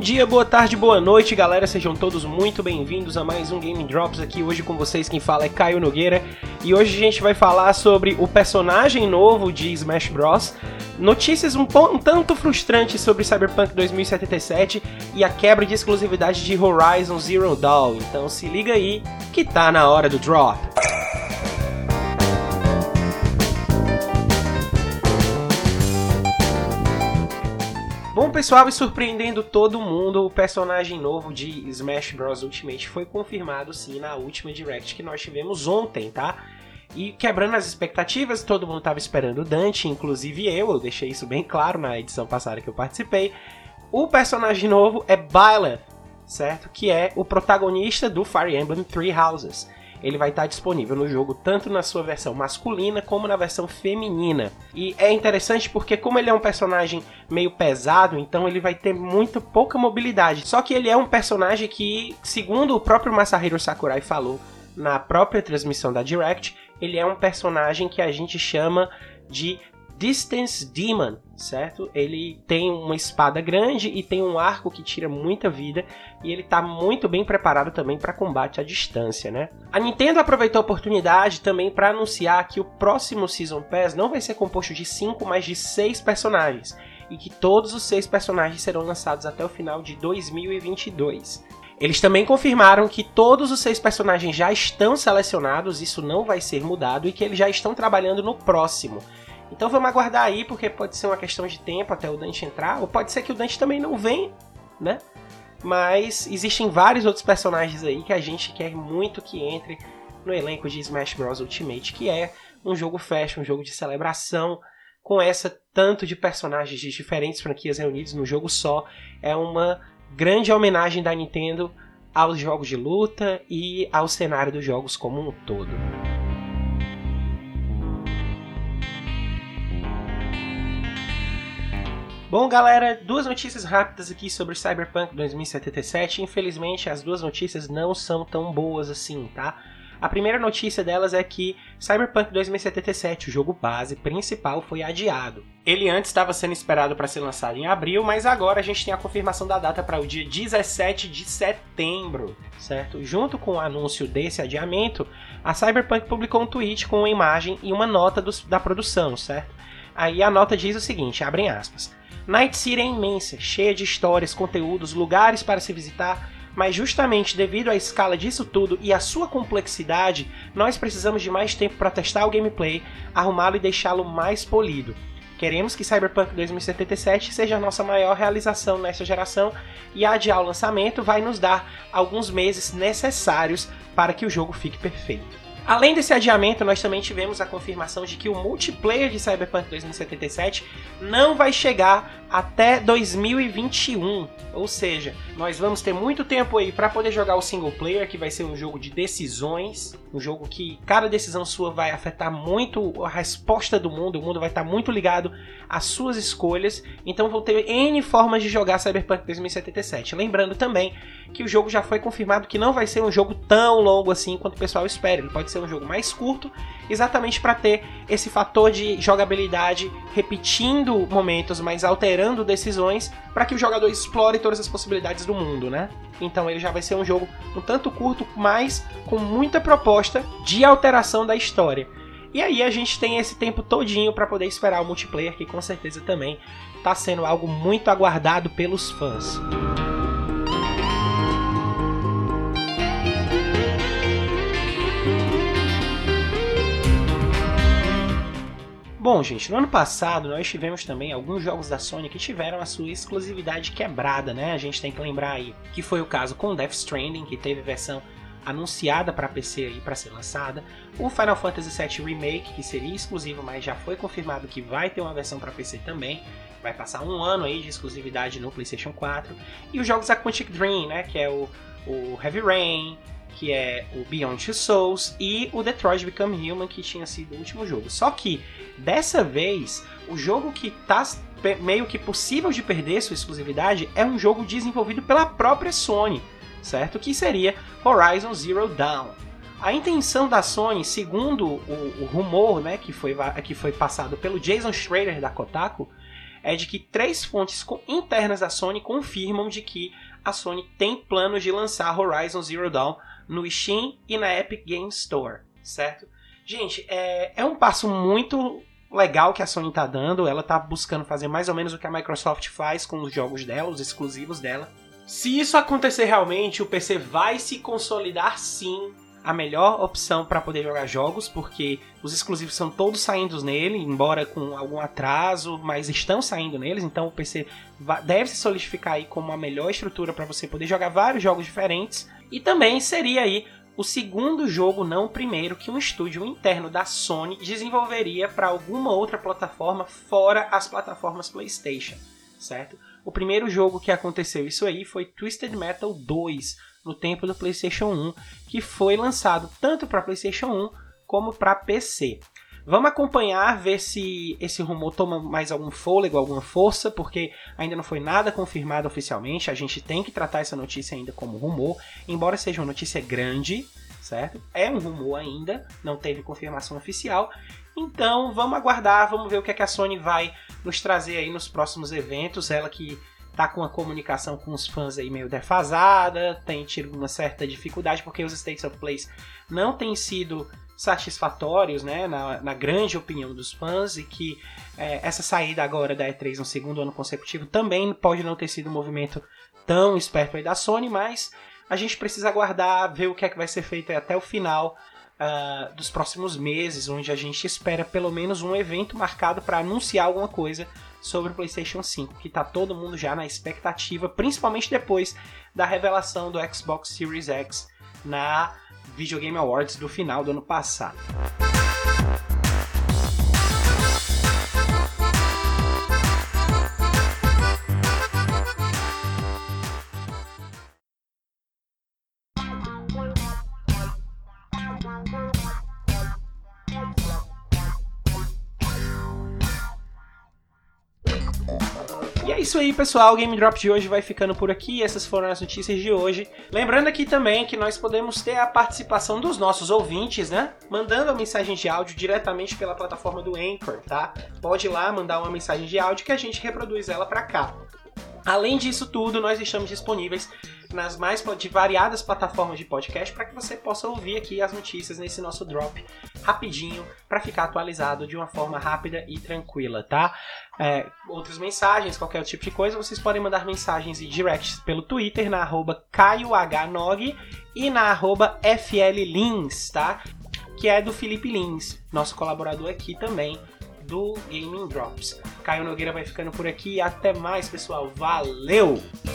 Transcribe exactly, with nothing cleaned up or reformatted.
dia, boa tarde, boa noite, galera. Sejam todos muito bem-vindos a mais um Game Drops aqui. Hoje com vocês quem fala é Caio Nogueira. E hoje a gente vai falar sobre o personagem novo de Smash Bros. Notícias um, um tanto frustrantes sobre Cyberpunk dois mil e setenta e sete e a quebra de exclusividade de Horizon Zero Dawn. Então se liga aí que tá na hora do drop. Bom, pessoal, e surpreendendo todo mundo, o personagem novo de Smash Bros. Ultimate foi confirmado, sim, na última Direct que nós tivemos ontem, tá? E quebrando as expectativas, todo mundo estava esperando o Dante, inclusive eu, eu deixei isso bem claro na edição passada que eu participei. O personagem novo é Byleth, certo? Que é o protagonista do Fire Emblem Three Houses. Ele vai estar disponível no jogo tanto na sua versão masculina como na versão feminina. E é interessante porque como ele é um personagem meio pesado, então ele vai ter muito pouca mobilidade. Só que ele é um personagem que, segundo o próprio Masahiro Sakurai falou na própria transmissão da Direct, ele é um personagem que a gente chama de Distance Demon, certo? Ele tem uma espada grande e tem um arco que tira muita vida e ele está muito bem preparado também para combate à distância, né? A Nintendo aproveitou a oportunidade também para anunciar que o próximo Season Pass não vai ser composto de cinco, mas de seis personagens e que todos os seis personagens serão lançados até o final de dois mil e vinte e dois. Eles também confirmaram que todos os seis personagens já estão selecionados, isso não vai ser mudado, e que eles já estão trabalhando no próximo. Então vamos aguardar aí, porque pode ser uma questão de tempo até o Dante entrar, ou pode ser que o Dante também não venha, né? Mas existem vários outros personagens aí que a gente quer muito que entre no elenco de Smash Bros. Ultimate, que é um jogo fashion, um jogo de celebração, com essa tanto de personagens de diferentes franquias reunidos no jogo só. É uma grande homenagem da Nintendo aos jogos de luta e ao cenário dos jogos como um todo. Bom, galera, duas notícias rápidas aqui sobre Cyberpunk dois mil e setenta e sete. Infelizmente, as duas notícias não são tão boas assim, tá? A primeira notícia delas é que Cyberpunk dois mil e setenta e sete, o jogo base principal, foi adiado. Ele antes estava sendo esperado para ser lançado em abril, mas agora a gente tem a confirmação da data para o dia dezessete de setembro, certo? Junto com o anúncio desse adiamento, a Cyberpunk publicou um tweet com uma imagem e uma nota dos, da produção, certo? Aí a nota diz o seguinte, abrem aspas: Night City é imensa, cheia de histórias, conteúdos, lugares para se visitar, mas justamente devido à escala disso tudo e à sua complexidade, nós precisamos de mais tempo para testar o gameplay, arrumá-lo e deixá-lo mais polido. Queremos que Cyberpunk dois mil e setenta e sete seja a nossa maior realização nesta geração e adiar o lançamento vai nos dar alguns meses necessários para que o jogo fique perfeito. Além desse adiamento, nós também tivemos a confirmação de que o multiplayer de Cyberpunk dois mil e setenta e sete não vai chegar até dois mil e vinte e um, ou seja, nós vamos ter muito tempo aí para poder jogar o single player, que vai ser um jogo de decisões, um jogo que cada decisão sua vai afetar muito a resposta do mundo, o mundo vai estar muito ligado às suas escolhas, então vão ter N formas de jogar Cyberpunk dois mil e setenta e sete. Lembrando também que o jogo já foi confirmado que não vai ser um jogo tão longo assim quanto o pessoal espera, ele pode ser um jogo mais curto, exatamente para ter esse fator de jogabilidade repetindo momentos, mas alterando decisões, para que o jogador explore todas as possibilidades do mundo, né? Então ele já vai ser um jogo um tanto curto, mas com muita proposta de alteração da história. E aí a gente tem esse tempo todinho para poder esperar o multiplayer, que com certeza também está sendo algo muito aguardado pelos fãs. Bom, gente, no ano passado nós tivemos também alguns jogos da Sony que tiveram a sua exclusividade quebrada, né? A gente tem que lembrar aí que foi o caso com Death Stranding, que teve versão anunciada para P C aí para ser lançada, o Final Fantasy sete Remake, que seria exclusivo, mas já foi confirmado que vai ter uma versão para P C também, vai passar um ano aí de exclusividade no PlayStation quatro, e os jogos da Quantic Dream, né? Que é o, o Heavy Rain, que é o Beyond Two Souls e o Detroit Become Human, que tinha sido o último jogo. Só que, dessa vez, o jogo que está meio que possível de perder sua exclusividade é um jogo desenvolvido pela própria Sony, certo? Que seria Horizon Zero Dawn. A intenção da Sony, segundo o, o rumor, né, que foi, que foi passado pelo Jason Schreier da Kotaku, é de que três fontes internas da Sony confirmam de que a Sony tem planos de lançar Horizon Zero Dawn no Steam e na Epic Games Store, certo? Gente, é, é um passo muito legal que a Sony tá dando. Ela tá buscando fazer mais ou menos o que a Microsoft faz com os jogos dela, os exclusivos dela. Se isso acontecer realmente, o P C vai se consolidar sim a melhor opção para poder jogar jogos, porque os exclusivos são todos saindo nele, embora com algum atraso, mas estão saindo neles, então o P C deve se solidificar aí como a melhor estrutura para você poder jogar vários jogos diferentes, e também seria aí o segundo jogo, não o primeiro, que um estúdio interno da Sony desenvolveria para alguma outra plataforma fora as plataformas PlayStation, certo? O primeiro jogo que aconteceu isso aí foi Twisted Metal dois, no tempo do PlayStation um, que foi lançado tanto para PlayStation um como para P C. Vamos acompanhar, ver se esse rumor toma mais algum fôlego, alguma força, porque ainda não foi nada confirmado oficialmente. A gente tem que tratar essa notícia ainda como rumor, embora seja uma notícia grande, certo? É um rumor ainda, não teve confirmação oficial. Então vamos aguardar, vamos ver o que, é que a Sony vai nos trazer aí nos próximos eventos. Ela que tá com a comunicação com os fãs aí meio defasada, tem tido uma certa dificuldade, porque os States of Play não têm sido satisfatórios, né, na, na grande opinião dos fãs, e que é, essa saída agora da E três no segundo ano consecutivo também pode não ter sido um movimento tão esperto aí da Sony, mas a gente precisa aguardar, ver o que é que vai ser feito até o final uh, dos próximos meses, onde a gente espera pelo menos um evento marcado para anunciar alguma coisa sobre o PlayStation cinco, que tá todo mundo já na expectativa, principalmente depois da revelação do Xbox Series X na Video Game Awards do final do ano passado. E é isso aí, pessoal. O Game Drop de hoje vai ficando por aqui. Essas foram as notícias de hoje. Lembrando aqui também que nós podemos ter a participação dos nossos ouvintes, né? Mandando a mensagem de áudio diretamente pela plataforma do Anchor, tá? Pode ir lá mandar uma mensagem de áudio que a gente reproduz ela pra cá. Além disso tudo, nós estamos disponíveis nas mais variadas plataformas de podcast para que você possa ouvir aqui as notícias nesse nosso drop rapidinho para ficar atualizado de uma forma rápida e tranquila, tá? É, outras mensagens, qualquer tipo de coisa, vocês podem mandar mensagens e directs pelo Twitter na arroba caiohnog e na arroba fllins, tá? Que é do Felipe Lins, nosso colaborador aqui também do Gaming Drops. Caio Nogueira vai ficando por aqui. Até mais, pessoal. Valeu!